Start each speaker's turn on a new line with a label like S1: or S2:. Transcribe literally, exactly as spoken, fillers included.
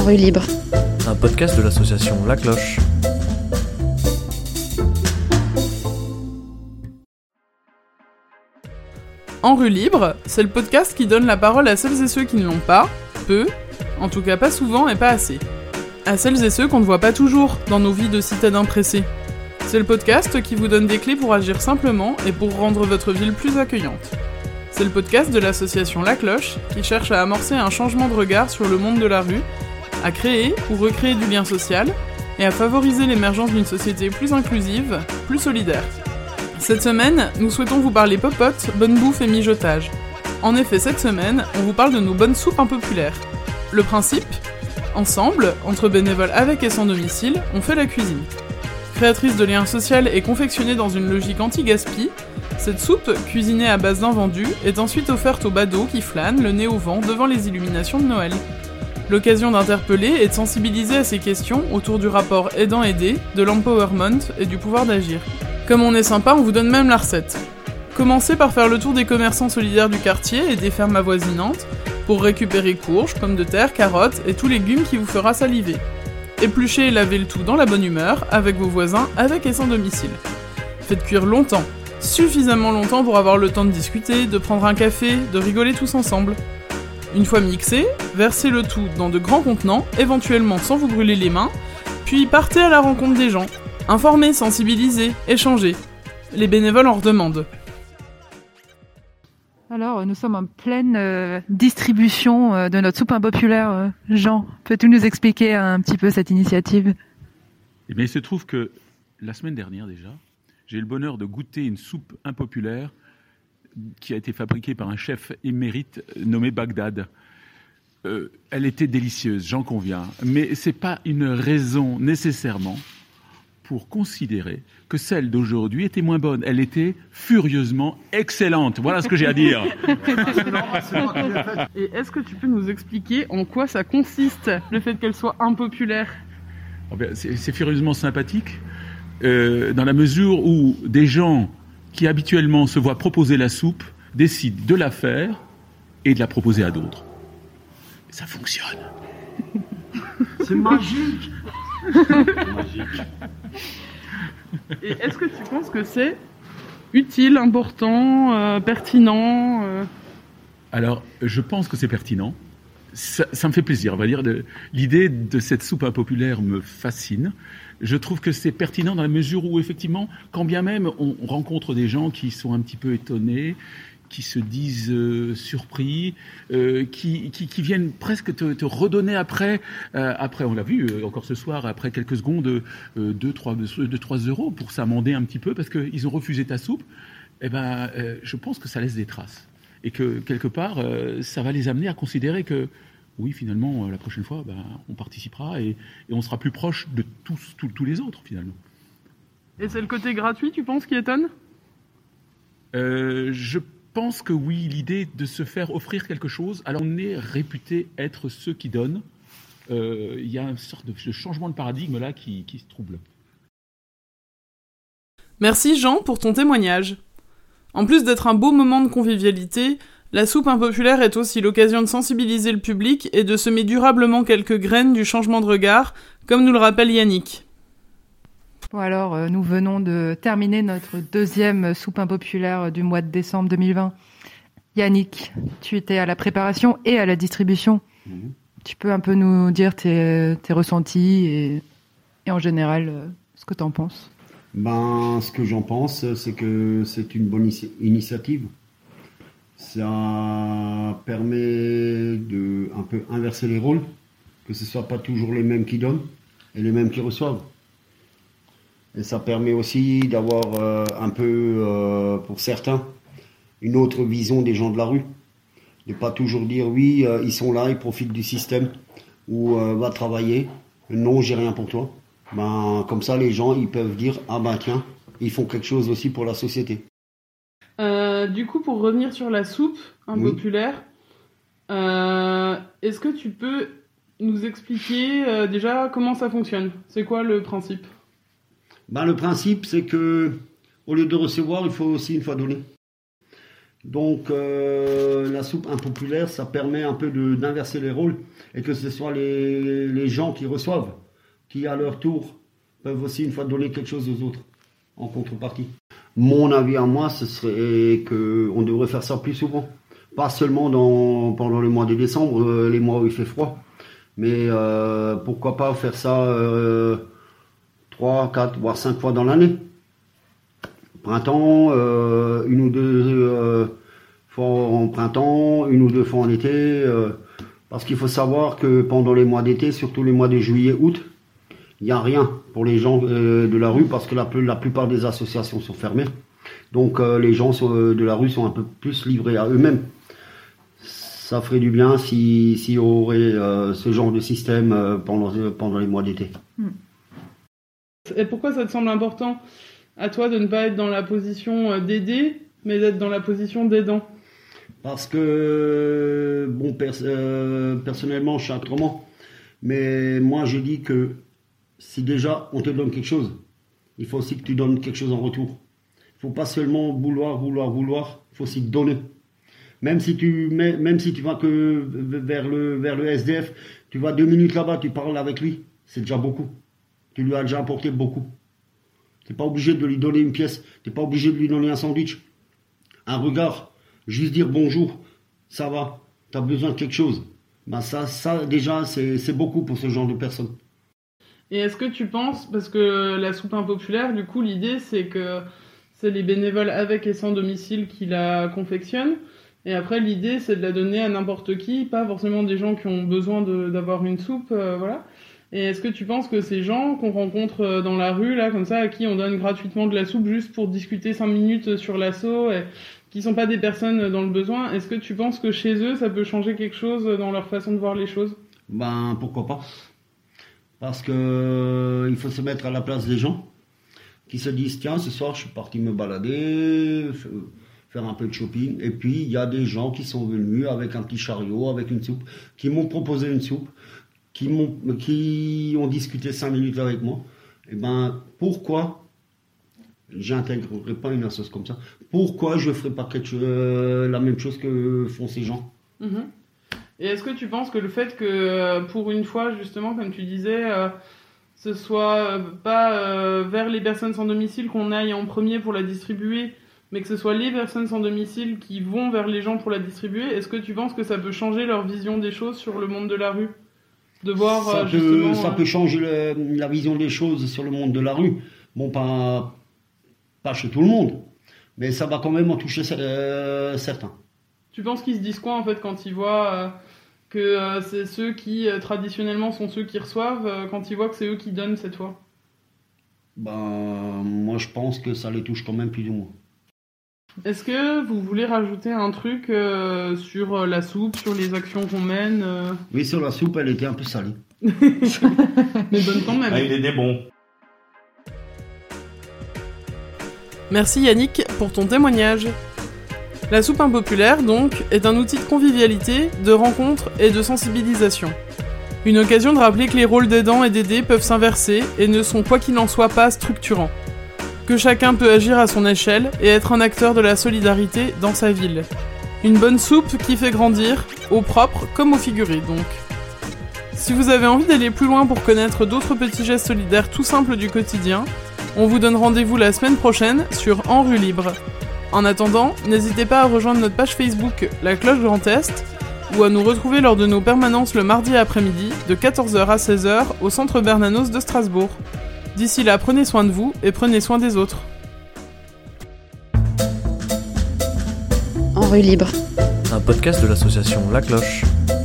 S1: rue libre.
S2: Un podcast de l'association La Cloche.
S3: En rue libre, c'est le podcast qui donne la parole à celles et ceux qui ne l'ont pas, peu, en tout cas pas souvent et pas assez. À celles et ceux qu'on ne voit pas toujours dans nos vies de citadins pressés. C'est le podcast qui vous donne des clés pour agir simplement et pour rendre votre ville plus accueillante. C'est le podcast de l'association La Cloche qui cherche à amorcer un changement de regard sur le monde de la rue, à créer ou recréer du lien social et à favoriser l'émergence d'une société plus inclusive, plus solidaire. Cette semaine, nous souhaitons vous parler popote, bonne bouffe et mijotage. En effet, cette semaine, on vous parle de nos bonnes soupes impopulaires. Le principe ? Ensemble, entre bénévoles avec et sans domicile, on fait la cuisine. Créatrice de liens sociaux et confectionnée dans une logique anti-gaspi, cette soupe, cuisinée à base d'invendus, est ensuite offerte aux badauds qui flânent, le nez au vent, devant les illuminations de Noël. L'occasion d'interpeller et de sensibiliser à ces questions autour du rapport aidant-aidé, de l'empowerment et du pouvoir d'agir. Comme on est sympa, on vous donne même la recette. Commencez par faire le tour des commerçants solidaires du quartier et des fermes avoisinantes pour récupérer courges, pommes de terre, carottes et tout légume qui vous fera saliver. Épluchez et lavez le tout dans la bonne humeur, avec vos voisins, avec et sans domicile. Faites cuire longtemps, suffisamment longtemps pour avoir le temps de discuter, de prendre un café, de rigoler tous ensemble. Une fois mixé, versez le tout dans de grands contenants, éventuellement sans vous brûler les mains, puis partez à la rencontre des gens. Informer, sensibiliser, échanger. Les bénévoles en redemandent.
S4: Alors, nous sommes en pleine euh, distribution euh, de notre soupe impopulaire. Euh, Jean, peux-tu nous expliquer un petit peu cette initiative ?
S5: Eh bien, il se trouve que la semaine dernière déjà, j'ai eu le bonheur de goûter une soupe impopulaire qui a été fabriquée par un chef émérite nommé Bagdad. Euh, elle était délicieuse, j'en conviens, mais c'est pas une raison nécessairement pour considérer que celle d'aujourd'hui était moins bonne. Elle était furieusement excellente. Voilà ce que j'ai à dire.
S3: Et est-ce que tu peux nous expliquer en quoi ça consiste, le fait qu'elle soit impopulaire ?
S5: Oh bien, c'est, c'est furieusement sympathique, euh, dans la mesure où des gens qui habituellement se voient proposer la soupe décident de la faire et de la proposer à d'autres. Et ça fonctionne.
S6: C'est magique.
S5: C'est magique.
S3: Et est-ce que tu penses que c'est utile, important, euh, pertinent euh...
S5: Alors, je pense que c'est pertinent. Ça, ça me fait plaisir, on va dire. De, l'idée de cette soupe impopulaire me fascine. Je trouve que c'est pertinent dans la mesure où, effectivement, quand bien même on rencontre des gens qui sont un petit peu étonnés, qui se disent euh, surpris, euh, qui, qui, qui viennent presque te, te redonner après, euh, après, on l'a vu euh, encore ce soir, après quelques secondes, euh, deux, trois, deux, trois euros pour s'amender un petit peu parce qu'ils ont refusé ta soupe. Eh ben, euh, je pense que ça laisse des traces et que quelque part, euh, ça va les amener à considérer que oui, finalement, euh, la prochaine fois, ben, on participera et, et on sera plus proche de tous, tous, tous les autres finalement.
S3: Et c'est le côté gratuit, tu penses, qui étonne ?
S5: euh, Je Je pense que oui, l'idée de se faire offrir quelque chose, alors on est réputé être ceux qui donnent, euh, il y a une sorte de, de changement de paradigme là qui, qui se trouble.
S3: Merci Jean pour ton témoignage. En plus d'être un beau moment de convivialité, la soupe impopulaire est aussi l'occasion de sensibiliser le public et de semer durablement quelques graines du changement de regard, comme nous le rappelle Yannick.
S4: Bon alors, euh, nous venons de terminer notre deuxième soupe impopulaire du mois de décembre deux mille vingt. Yannick, tu étais à la préparation et à la distribution. Mmh. Tu peux un peu nous dire tes, tes ressentis et, et en général, euh, ce que tu en penses ?
S6: Ben, ce que j'en pense, c'est que c'est une bonne inici- initiative. Ça permet de un peu inverser les rôles, que ce ne soit pas toujours les mêmes qui donnent et les mêmes qui reçoivent. Et ça permet aussi d'avoir euh, un peu, euh, pour certains, une autre vision des gens de la rue. De ne pas toujours dire oui, euh, ils sont là, ils profitent du système, ou euh, va travailler, non, j'ai rien pour toi. Ben, comme ça, les gens, ils peuvent dire ah ben tiens, ils font quelque chose aussi pour la société.
S3: Euh, du coup, pour revenir sur la soupe impopulaire, oui. euh, est-ce que tu peux nous expliquer euh, déjà comment ça fonctionne ? C'est quoi le principe ?
S6: Ben, le principe, c'est que au lieu de recevoir, il faut aussi une fois donner. Donc euh, la soupe impopulaire, ça permet un peu de, d'inverser les rôles et que ce soit les, les gens qui reçoivent, qui à leur tour peuvent aussi une fois donner quelque chose aux autres en contrepartie. Mon avis à moi, ce serait qu'on devrait faire ça plus souvent. Pas seulement dans, pendant le mois de décembre, euh, les mois où il fait froid, mais euh, pourquoi pas faire ça euh, trois, quatre, voire cinq fois dans l'année. Printemps, euh, une ou deux euh, fois en printemps, une ou deux fois en été. Euh, parce qu'il faut savoir que pendant les mois d'été, surtout les mois de juillet, août, il n'y a rien pour les gens euh, de la rue parce que la, la plupart des associations sont fermées. Donc euh, les gens sont, euh, de la rue sont un peu plus livrés à eux-mêmes. Ça ferait du bien s'il si y aurait euh, ce genre de système euh, pendant, euh, pendant les mois d'été.
S3: Et pourquoi ça te semble important à toi de ne pas être dans la position d'aider, mais d'être dans la position d'aidant?
S6: Parce que, bon, pers- euh, personnellement, je suis autrement. Mais moi, j'ai dit que si déjà on te donne quelque chose, il faut aussi que tu donnes quelque chose en retour. Il ne faut pas seulement vouloir, vouloir, vouloir. Il faut aussi donner. Même si tu, même si tu vas que vers le, vers le S D F, tu vas deux minutes là-bas, tu parles avec lui, c'est déjà beaucoup. Tu lui as déjà apporté beaucoup. Tu n'es pas obligé de lui donner une pièce, tu n'es pas obligé de lui donner un sandwich, un regard, juste dire bonjour, ça va, tu as besoin de quelque chose. Ben ça, ça déjà, c'est, c'est beaucoup pour ce genre de personnes.
S3: Et est-ce que tu penses, parce que la soupe impopulaire, du coup, l'idée, c'est que c'est les bénévoles avec et sans domicile qui la confectionnent, et après, l'idée, c'est de la donner à n'importe qui, pas forcément des gens qui ont besoin de, d'avoir une soupe, euh, voilà. Et est-ce que tu penses que ces gens qu'on rencontre dans la rue, là, comme ça, à qui on donne gratuitement de la soupe juste pour discuter cinq minutes sur l'asso, et qui sont pas des personnes dans le besoin, est-ce que tu penses que chez eux, ça peut changer quelque chose dans leur façon de voir les choses?
S6: Ben, pourquoi pas? Parce que euh, il faut se mettre à la place des gens qui se disent, tiens, ce soir, je suis parti me balader, faire un peu de shopping, et puis il y a des gens qui sont venus avec un petit chariot, avec une soupe, qui m'ont proposé une soupe, qui m'ont, qui ont discuté cinq minutes avec moi. Et ben, pourquoi j'intégrerai pas une association comme ça? Pourquoi je ferai pas quelque chose, euh, la même chose que font ces gens?
S3: Mmh. Et est-ce que tu penses que le fait que, pour une fois, justement, comme tu disais, euh, ce soit euh, pas euh, vers les personnes sans domicile qu'on aille en premier pour la distribuer, mais que ce soit les personnes sans domicile qui vont vers les gens pour la distribuer, est-ce que tu penses que ça peut changer leur vision des choses sur le monde de la rue? De voir,
S6: ça,
S3: euh,
S6: peut,
S3: justement,
S6: ça
S3: euh...
S6: peut changer le, la vision des choses sur le monde de la rue. Bon, pas, pas chez tout le monde, mais ça va quand même en toucher euh, certains.
S3: Tu penses qu'ils se disent quoi, en fait, quand ils voient euh, que euh, c'est ceux qui, euh, traditionnellement, sont ceux qui reçoivent, euh, quand ils voient que c'est eux qui donnent cette fois?
S6: Ben, moi, je pense que ça les touche quand même plus ou moins.
S3: Est-ce que vous voulez rajouter un truc euh, sur la soupe, sur les actions qu'on mène euh...
S6: Oui, sur la soupe, elle était un peu salée.
S3: Mais bonne quand même.
S1: Ah, il était bon.
S3: Merci Yannick pour ton témoignage. La soupe impopulaire, donc, est un outil de convivialité, de rencontre et de sensibilisation. Une occasion de rappeler que les rôles d'aidant et d'aider peuvent s'inverser et ne sont quoi qu'il en soit pas structurants. Que chacun peut agir à son échelle et être un acteur de la solidarité dans sa ville. Une bonne soupe qui fait grandir, au propre comme au figuré donc. Si vous avez envie d'aller plus loin pour connaître d'autres petits gestes solidaires tout simples du quotidien, on vous donne rendez-vous la semaine prochaine sur En Rue Libre. En attendant, n'hésitez pas à rejoindre notre page Facebook La Cloche Grand Est ou à nous retrouver lors de nos permanences le mardi après-midi de quatorze heures à seize heures au Centre Bernanos de Strasbourg. D'ici là, prenez soin de vous et prenez soin des autres.
S7: En Rue Libre.
S2: Un podcast de l'association La Cloche.